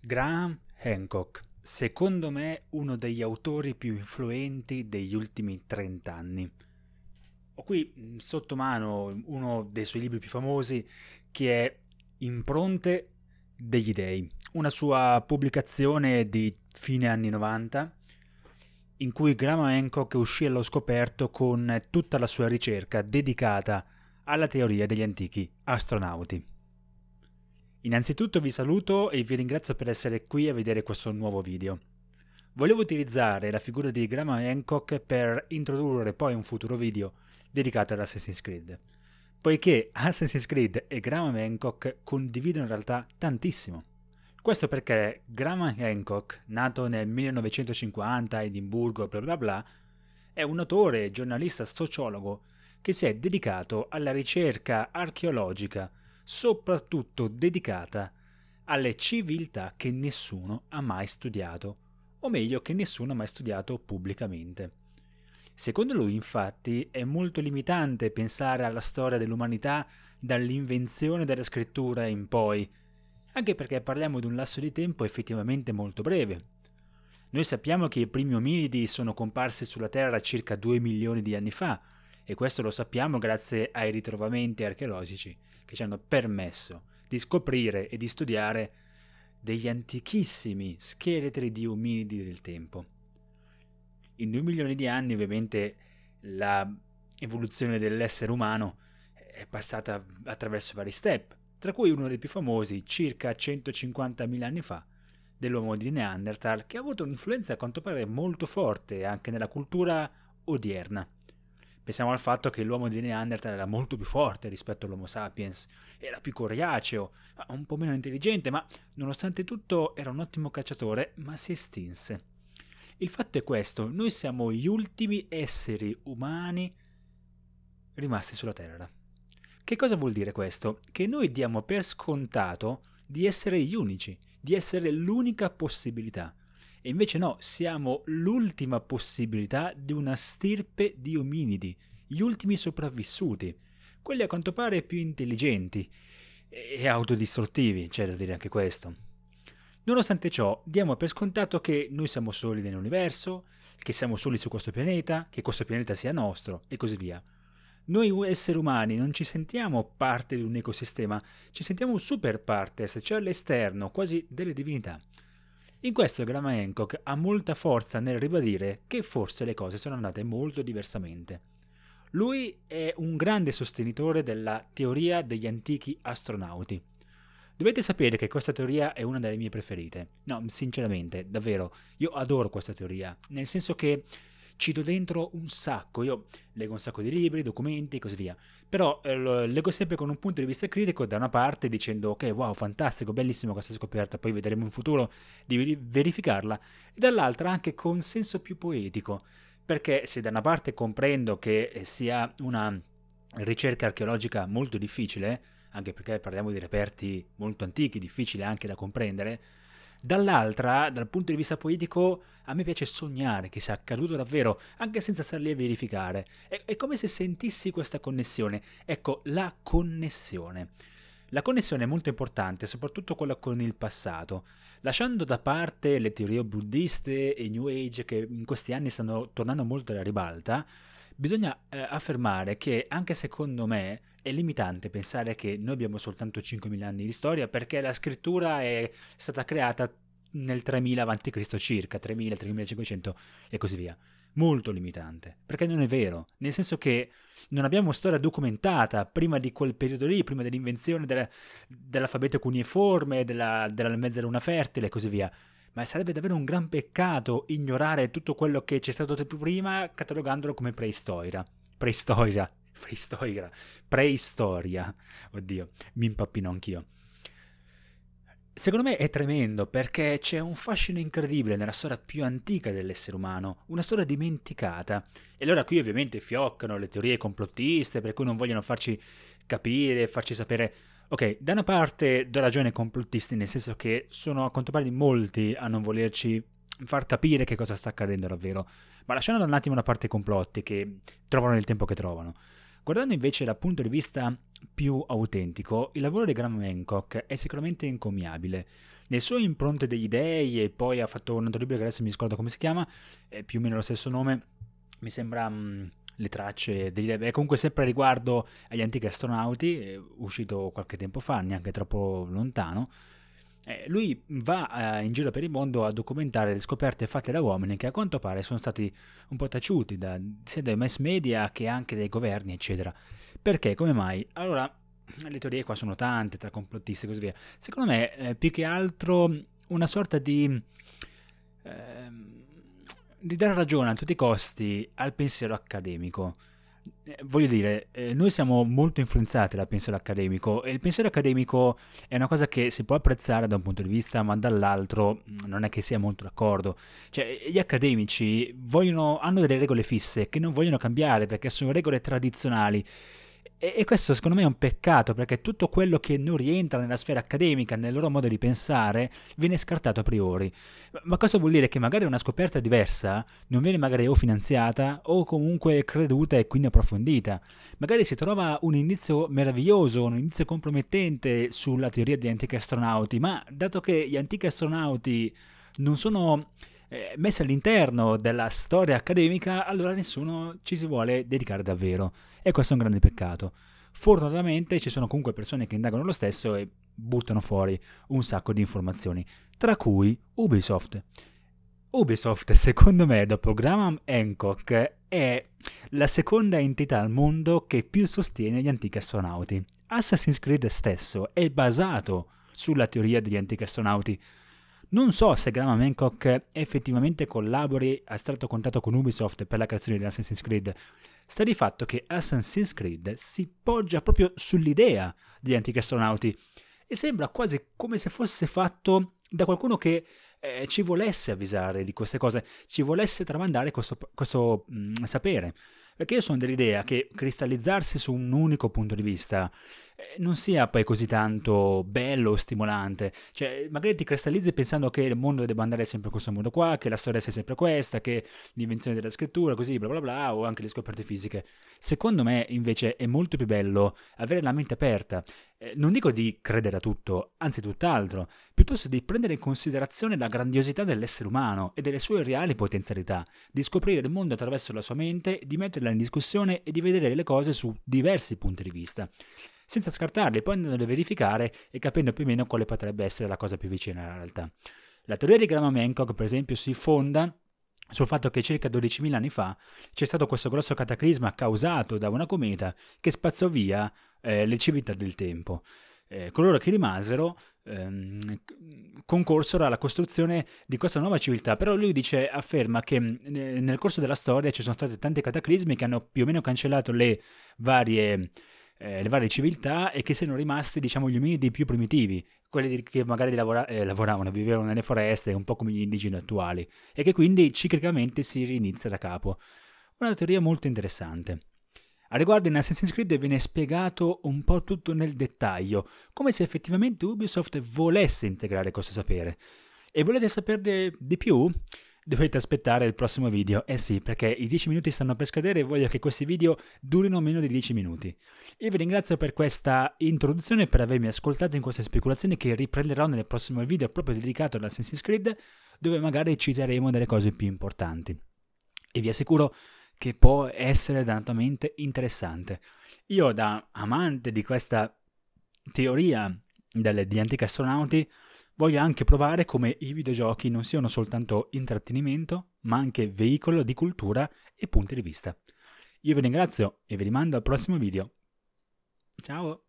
Graham Hancock, secondo me uno degli autori più influenti degli ultimi 30 anni. Ho qui sotto mano uno dei suoi libri più famosi, che è Impronte degli Dei, una sua pubblicazione di fine anni 90, in cui Graham Hancock uscì allo scoperto con tutta la sua ricerca dedicata alla teoria degli antichi astronauti. Innanzitutto vi saluto e vi ringrazio per essere qui a vedere questo nuovo video. Volevo utilizzare la figura di Graham Hancock per introdurre poi un futuro video dedicato ad Assassin's Creed, poiché Assassin's Creed e Graham Hancock condividono in realtà tantissimo. Questo perché Graham Hancock, nato nel 1950 a Edimburgo bla bla bla, è un autore, giornalista, sociologo che si è dedicato alla ricerca archeologica, soprattutto dedicata alle civiltà che nessuno ha mai studiato, o meglio che nessuno ha mai studiato pubblicamente. Secondo lui, infatti, è molto limitante pensare alla storia dell'umanità dall'invenzione della scrittura in poi, anche perché parliamo di un lasso di tempo effettivamente molto breve. Noi sappiamo che i primi ominidi sono comparsi sulla Terra circa 2 milioni di anni fa, e questo lo sappiamo grazie ai ritrovamenti archeologici che ci hanno permesso di scoprire e di studiare degli antichissimi scheletri di ominidi del tempo. In 2 milioni di anni, ovviamente, la evoluzione dell'essere umano è passata attraverso vari step, tra cui uno dei più famosi, circa 150.000 anni fa, dell'uomo di Neanderthal, che ha avuto un'influenza a quanto pare molto forte anche nella cultura odierna. Pensiamo al fatto che l'uomo di Neanderthal era molto più forte rispetto all'Homo sapiens, era più coriaceo, un po' meno intelligente, ma nonostante tutto era un ottimo cacciatore, ma si estinse. Il fatto è questo: noi siamo gli ultimi esseri umani rimasti sulla Terra. Che cosa vuol dire questo? Che noi diamo per scontato di essere gli unici, di essere l'unica possibilità. E invece no, siamo l'ultima possibilità di una stirpe di ominidi, gli ultimi sopravvissuti, quelli a quanto pare più intelligenti e autodistruttivi, c'è da dire anche questo. Nonostante ciò, diamo per scontato che noi siamo soli nell'universo, che siamo soli su questo pianeta, che questo pianeta sia nostro e così via. Noi esseri umani non ci sentiamo parte di un ecosistema, ci sentiamo super partes, cioè all'esterno, quasi delle divinità. In questo Graham Hancock ha molta forza nel ribadire che forse le cose sono andate molto diversamente. Lui è un grande sostenitore della teoria degli antichi astronauti. Dovete sapere che questa teoria è una delle mie preferite. No, sinceramente, davvero, io adoro questa teoria, nel senso che ci do dentro un sacco. Io leggo un sacco di libri, documenti e così via, però lo leggo sempre con un punto di vista critico, da una parte dicendo ok, wow, fantastico, bellissimo questa scoperta, poi vedremo in futuro di verificarla, e dall'altra anche con senso più poetico, perché se da una parte comprendo che sia una ricerca archeologica molto difficile, anche perché parliamo di reperti molto antichi, difficili anche da comprendere, dall'altra, dal punto di vista poetico, a me piace sognare che sia accaduto davvero, anche senza star lì a verificare. È come se sentissi questa connessione. Ecco, la connessione. La connessione è molto importante, soprattutto quella con il passato. Lasciando da parte le teorie buddiste e New Age, che in questi anni stanno tornando molto alla ribalta, bisogna affermare che, anche secondo me, è limitante pensare che noi abbiamo soltanto 5.000 anni di storia, perché la scrittura è stata creata nel 3000 a.C. circa, 3000, 3500 e così via. Molto limitante, perché non è vero, nel senso che non abbiamo storia documentata prima di quel periodo lì, prima dell'invenzione dell'alfabeto cuneiforme, della mezzaluna fertile e così via. Ma sarebbe davvero un gran peccato ignorare tutto quello che c'è stato più prima, catalogandolo come preistoria. Oddio, mi impappino anch'io. Secondo me è tremendo, perché c'è un fascino incredibile nella storia più antica dell'essere umano, una storia dimenticata. E allora qui ovviamente fioccano le teorie complottiste, per cui non vogliono farci capire, farci sapere. Ok, da una parte do ragione ai complottisti, nel senso che sono a quanto pare di molti a non volerci far capire che cosa sta accadendo davvero, ma lasciando un attimo da parte i complotti che trovano il tempo che trovano. Guardando invece dal punto di vista più autentico, il lavoro di Graham Hancock è sicuramente encomiabile. Le sue impronte degli dei, e poi ha fatto un altro libro che adesso mi scordo come si chiama, è più o meno lo stesso nome, mi sembra le tracce degli dei, è comunque sempre riguardo agli antichi astronauti, è uscito qualche tempo fa, neanche troppo lontano. Lui va in giro per il mondo a documentare le scoperte fatte da uomini che a quanto pare sono stati un po' taciuti sia dai mass media che anche dai governi, eccetera. Perché? Come mai? Allora, le teorie qua sono tante, tra complottisti e così via. Secondo me, più che altro, una sorta di dare ragione a tutti i costi al pensiero accademico. Voglio dire, noi siamo molto influenzati dal pensiero accademico e il pensiero accademico è una cosa che si può apprezzare da un punto di vista, ma dall'altro non è che sia molto d'accordo. Cioè, gli accademici hanno delle regole fisse che non vogliono cambiare perché sono regole tradizionali. E questo secondo me è un peccato perché tutto quello che non rientra nella sfera accademica, nel loro modo di pensare, viene scartato a priori. Ma cosa vuol dire? Che magari una scoperta diversa non viene magari o finanziata o comunque creduta e quindi approfondita. Magari si trova un indizio meraviglioso, un indizio compromettente sulla teoria degli antichi astronauti, ma dato che gli antichi astronauti non sono messi all'interno della storia accademica, allora nessuno ci si vuole dedicare davvero. E questo è un grande peccato. Fortunatamente ci sono comunque persone che indagano lo stesso e buttano fuori un sacco di informazioni, tra cui Ubisoft. Ubisoft, secondo me, dopo Graham Hancock, è la seconda entità al mondo che più sostiene gli antichi astronauti. Assassin's Creed stesso è basato sulla teoria degli antichi astronauti. Non so se Graham Hancock effettivamente collabori a stretto contatto con Ubisoft per la creazione di Assassin's Creed. Sta di fatto che Assassin's Creed si poggia proprio sull'idea degli antichi astronauti e sembra quasi come se fosse fatto da qualcuno che ci volesse avvisare di queste cose, ci volesse tramandare questo sapere. Perché io sono dell'idea che cristallizzarsi su un unico punto di vista non sia poi così tanto bello o stimolante. Cioè, magari ti cristallizzi pensando che il mondo debba andare sempre in questo modo qua, che la storia sia sempre questa, che l'invenzione della scrittura, così, bla bla bla, o anche le scoperte fisiche. Secondo me, invece, è molto più bello avere la mente aperta. Non dico di credere a tutto, anzi tutt'altro, piuttosto di prendere in considerazione la grandiosità dell'essere umano e delle sue reali potenzialità, di scoprire il mondo attraverso la sua mente, di metterla in discussione e di vedere le cose su diversi punti di vista, senza scartarli, poi andando a verificare e capendo più o meno quale potrebbe essere la cosa più vicina alla realtà. La teoria di Graham Hancock, per esempio, si fonda sul fatto che circa 12.000 anni fa c'è stato questo grosso cataclisma causato da una cometa che spazzò via le civiltà del tempo. Coloro che rimasero concorsero alla costruzione di questa nuova civiltà, però lui afferma che nel corso della storia ci sono stati tanti cataclismi che hanno più o meno cancellato le varie civiltà e che siano rimasti, diciamo, gli ominidi più primitivi, quelli che magari lavoravano, vivevano nelle foreste, un po' come gli indigeni attuali, e che quindi ciclicamente si rinizia da capo. Una teoria molto interessante. A riguardo in Assassin's Creed viene spiegato un po' tutto nel dettaglio, come se effettivamente Ubisoft volesse integrare questo sapere. E volete saperne di più? Dovete aspettare il prossimo video, eh sì, perché i 10 minuti stanno per scadere e voglio che questi video durino meno di 10 minuti. Io vi ringrazio per questa introduzione e per avermi ascoltato in queste speculazioni che riprenderò nel prossimo video proprio dedicato ad Assassin's Creed, dove magari citeremo delle cose più importanti. E vi assicuro che può essere dannatamente interessante. Io, da amante di questa teoria degli antichi astronauti, voglio anche provare come i videogiochi non siano soltanto intrattenimento, ma anche veicolo di cultura e punti di vista. Io vi ringrazio e vi rimando al prossimo video. Ciao!